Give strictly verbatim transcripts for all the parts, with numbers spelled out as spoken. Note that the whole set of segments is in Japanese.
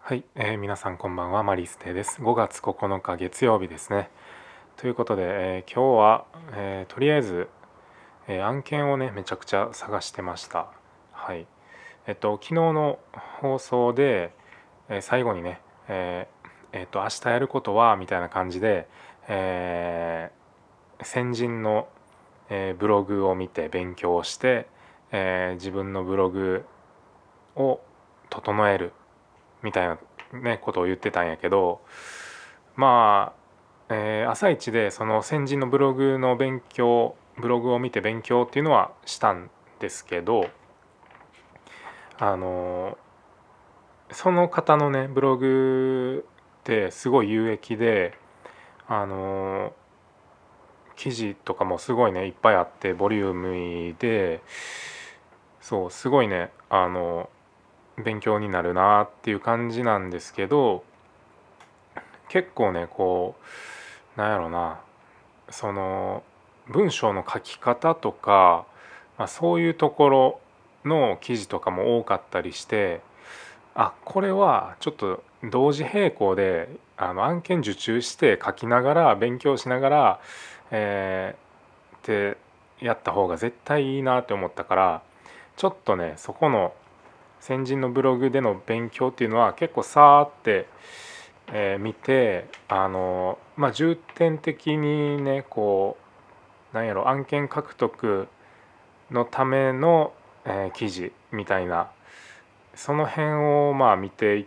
はい、えー皆さんこんばんは。マリステです。ごがつここのか月曜日ですね。ということで、えー今日は、えーとりあえず、えー案件をねめちゃくちゃ探してました。はい。えっと昨日の放送で、えー最後にね、えーえーと明日やることはみたいな感じで、えー先人の、えーブログを見て勉強して、えー自分のブログを整えるみたいなねことを言ってたんやけど、まあ、えー朝一でその先人のブログの勉強ブログを見て勉強っていうのはしたんですけど、あのその方のねブログってすごい有益で、あの記事とかもすごいねいっぱいあってボリューミーで、そうすごいねあの勉強になるなっていう感じなんですけど、結構ねこうなんやろな、その文章の書き方とか、まあ、そういうところの記事とかも多かったりして、あこれはちょっと同時並行であの案件受注して書きながら勉強しながら、えー、ってやった方が絶対いいなって思ったから、ちょっとねそこの先人のブログでの勉強っていうのは結構さーって、えー見て、あのまあ重点的にねこうなんやろ案件獲得のための、えー記事みたいな、その辺をまあ見ていって、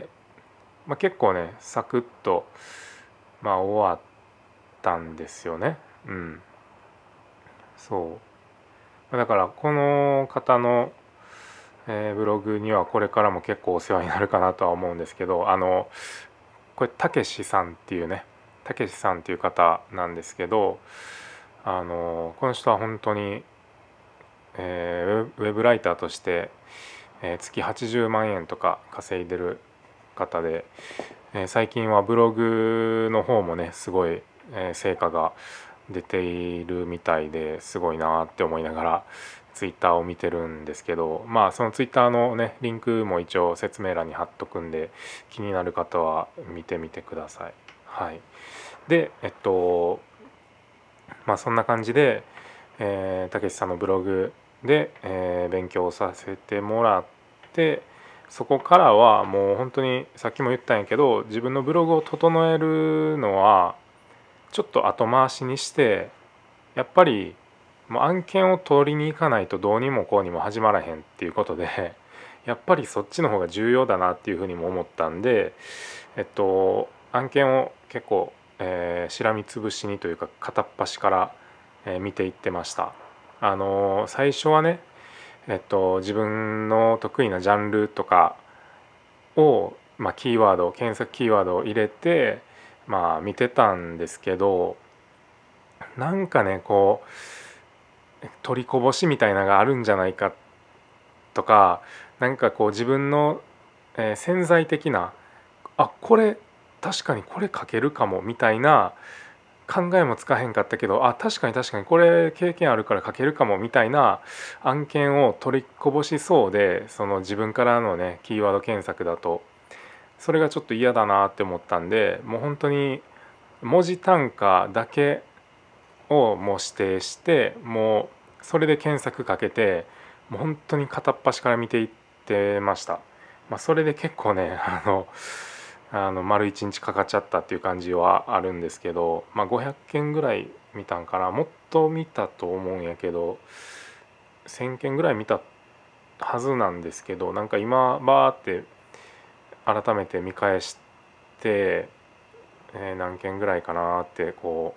まあ、結構ねサクッとまあ終わったんですよね。うん、そうだからこの方の、えーブログにはこれからも結構お世話になるかなとは思うんですけど、あのこれたけしさんっていうねたけしさんっていう方なんですけど、あのこの人は本当に、えーウェブライターとして、えー月はちじゅうまん円とか稼いでる方で、えー最近はブログの方もねすごい、えー成果が出ているみたいですごいなって思いながらツイッターを見てるんですけど、まあそのツイッターのねリンクも一応説明欄に貼っとくんで、気になる方は見てみてください。はい。でえっとまあそんな感じで、えーたけしさんのブログで、えー勉強させてもらって、そこからはもう本当にさっきも言ったんやけど、自分のブログを整えるのはちょっと後回しにして、やっぱりもう案件を取りに行かないとどうにもこうにも始まらへんっていうことで、やっぱりそっちの方が重要だなっていうふうにも思ったんで、えっと案件を結構、えーしらみつぶしにというか片っ端から、えー見ていってました。あのー最初はね、えっと自分の得意なジャンルとかを、まあ、キーワード検索キーワードを入れてまあ見てたんですけど、なんかねこう取りこぼしみたいなのがあるんじゃないかとか、なんかこう自分の、えー潜在的な、あこれ確かにこれ書けるかもみたいな考えもつかへんかったけど、あ確かに確かにこれ経験あるから書けるかもみたいな案件を取りこぼしそうで、その自分からのねキーワード検索だとそれがちょっと嫌だなって思ったんで、もう本当に文字単価だけをもう指定して、もうそれで検索かけて、もう本当に片っ端から見ていってました。まあ、それで結構ねあのあの丸一日かかっちゃったっていう感じはあるんですけど、まあ、ごひゃっけんぐらい見たんかな、もっと見たと思うんやけどせんけんぐらい見たはずなんですけど、なんか今バーって改めて見返して、えー何件ぐらいかなってこ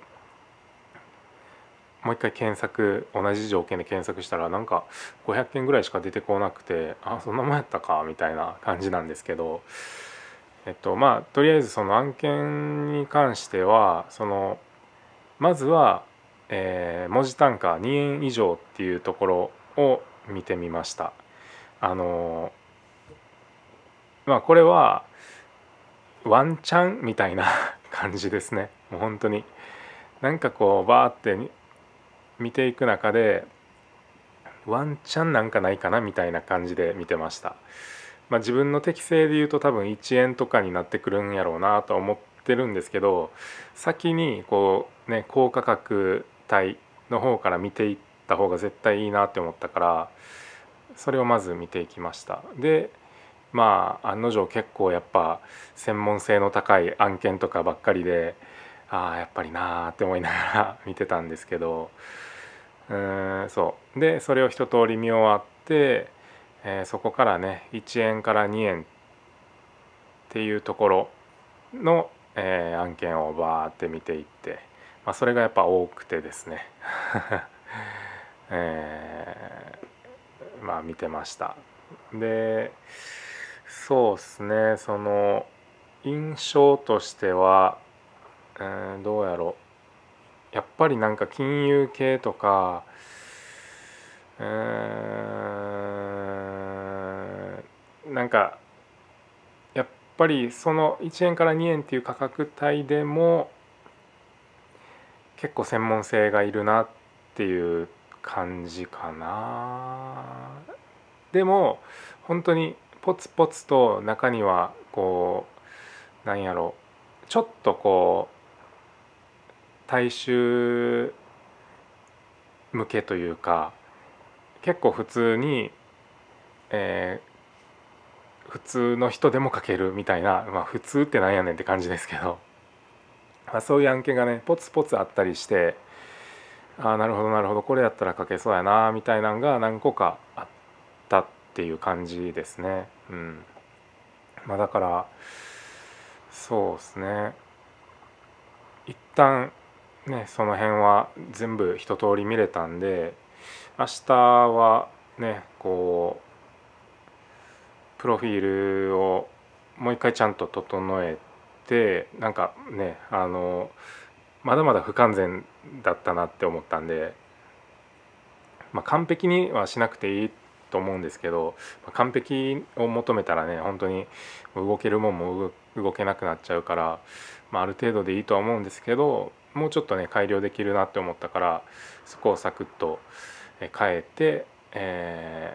うもう一回検索同じ条件で検索したらなんかごひゃっけんぐらいしか出てこなくて、あそんなもんやったかみたいな感じなんですけど、えっとまあとりあえずその案件に関してはそのまずは、えー文字単価にえん以上っていうところを見てみました。あのまあこれはワンチャンみたいな感じですね。もう本当になんかこうバーって見ていく中でワンチャンなんかないかなみたいな感じで見てました。 まあ、自分の適性で言うと多分いちえんとかになってくるんやろうなとは思ってるんですけど、先にこうね高価格帯の方から見ていった方が絶対いいなって思ったから、それをまず見ていきました。でまあ案の定結構やっぱ専門性の高い案件とかばっかりで、ああやっぱりなーって思いながら見てたんですけど、うーんそうでそれを一通り見終わって、えーそこからねいちえんからにえんっていうところの、えー案件をバーって見ていって、まあ、それがやっぱ多くてですね、えーまあ見てました。でそうですね、その印象としては、えーどうやろう、やっぱりなんか金融系とか、うーんなんかやっぱりそのいちえんからにえんっていう価格帯でも結構専門性がいるなっていう感じかな。でも本当にポツポツと中にはこうなんやろう、ちょっとこう大衆向けというか、結構普通に、えー普通の人でも書けるみたいな、まあ普通ってなんやねんって感じですけど、まあ、そういう案件がねポツポツあったりして、ああなるほどなるほどこれやったら書けそうやなみたいなのが何個かあったっていう感じですね。うん。まあだからそうですね、一旦ねその辺は全部一通り見れたんで、明日はねこうプロフィールをもう一回ちゃんと整えて、なんかねあのまだまだ不完全だったなって思ったんで、まあ、完璧にはしなくていいと思うんですけど、まあ完璧を求めたらね本当に動けるもんも動動けなくなっちゃうから、まあ、ある程度でいいとは思うんですけど、もうちょっとね改良できるなって思ったから、そこをサクッと変えて、え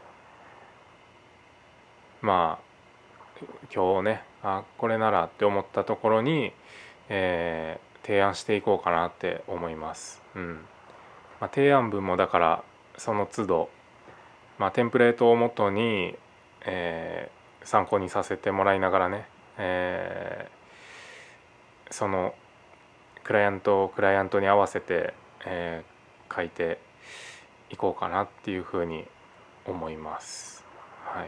ーまあ今日ねあこれならって思ったところに、えー提案していこうかなって思います。うんまあ、提案文もだからその都度、まあ、テンプレートをもとに、えー参考にさせてもらいながらね、えーそのクライアントクライアントに合わせて、えー書いていこうかなっていうふうに思います。はい。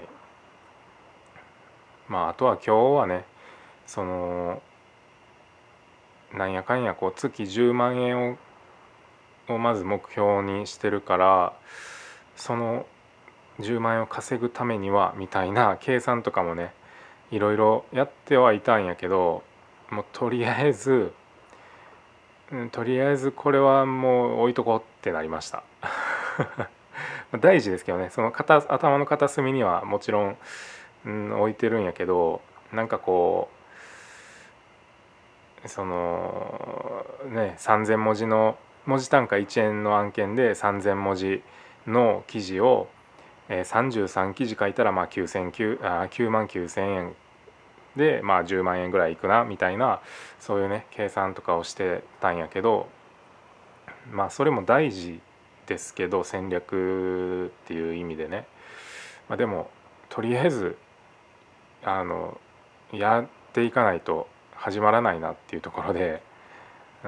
まああとは今日はねそのなんやかんやこう月じゅうまん円ををまず目標にしてるから、そのじゅうまん円を稼ぐためにはみたいな計算とかもねいろいろやってはいたんやけど、もうとりあえず、うん、とりあえずこれはもう置いとこうってなりました。大事ですけどね、その片頭の片隅にはもちろん、うん、置いてるんやけど、なんかこうそのねさんぜん文字の文字単価いちえんの案件でさんぜん文字の記事をさんじゅうさん記事書いたらまあきゅうせんきゅうあきゅうまんきゅうせんえんでまあじゅうまん円ぐらいいくなみたいな、そういうね計算とかをしてたんやけど、まあそれも大事ですけど戦略っていう意味でね、まあ、でもとりあえずあのやっていかないと始まらないなっていうところで、うん、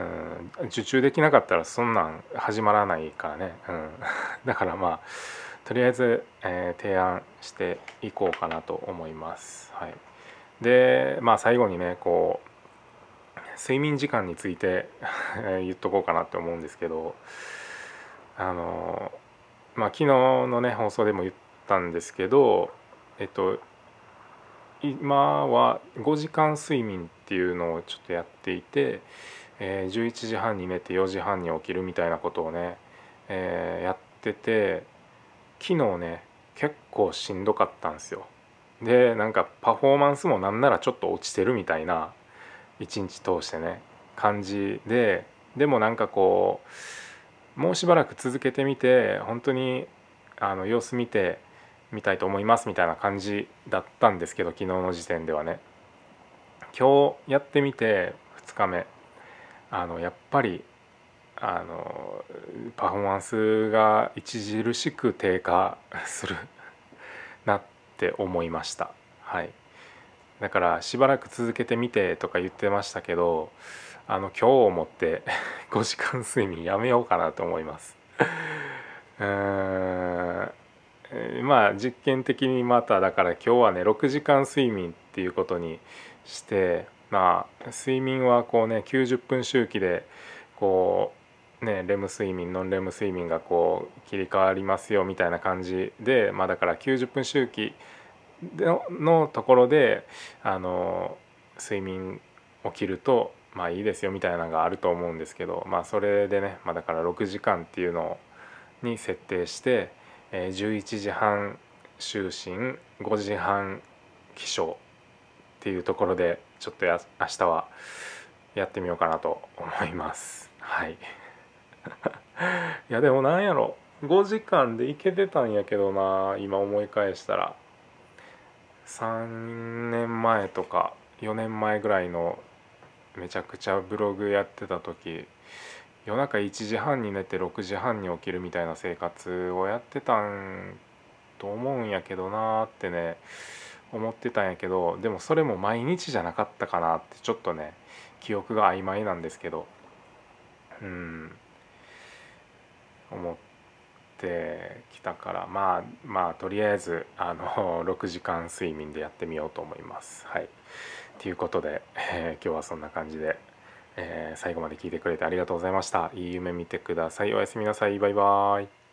受注できなかったらそんなん始まらないからね、うん、だからまあとりあえず、えー提案していこうかなと思います。はい、でまあ最後にねこう睡眠時間について言っとこうかなって思うんですけど、あのまあ昨日のね放送でも言ったんですけど、えっと今はごじかん睡眠っていうのをちょっとやっていて、えーじゅういちじはんに寝てよじはんに起きるみたいなことをね、えーやってて、昨日ね結構しんどかったんですよ。でなんかパフォーマンスもなんならちょっと落ちてるみたいな一日通してね感じで、でもなんかこうもうしばらく続けてみて本当にあの様子見て、 見たいと思いますみたいな感じだったんですけど、昨日の時点ではね。今日やってみてふつかめ、あのやっぱりあのパフォーマンスが著しく低下するなって思いました。はい、だからしばらく続けてみてとか言ってましたけど、あの今日をもってごじかん睡眠やめようかなと思います。うーんまあ実験的にまただから今日はねろくじかん睡眠っていうことにして、まあ睡眠はこうねきゅうじゅっぷん周期でこうねレム睡眠ノンレム睡眠がこう切り替わりますよみたいな感じで、まあだからきゅうじゅっぷん周期ののところであの睡眠起きるとまあいいですよみたいなのがあると思うんですけど、まあそれでね、まあ、だからろくじかんっていうのに設定して、えー、じゅういちじはん就寝ごじはん起床っていうところでちょっとや明日はやってみようかなと思います。はいいやでもなんやろ、ごじかんでいけてたんやけどな、今思い返したらさんねんまえとかよねんまえぐらいのめちゃくちゃブログやってた時、夜中いちじはんに寝てろくじはんに起きるみたいな生活をやってたんと思うんやけどなーってね思ってたんやけど、でもそれも毎日じゃなかったかなってちょっとね記憶が曖昧なんですけど、うん思ってきたから、まあまあとりあえずあのろくじかん睡眠でやってみようと思います。はい、ということで、えー今日はそんな感じで、えー最後まで聞いてくれてありがとうございました。いい夢見てください。おやすみなさい。バイバーイ。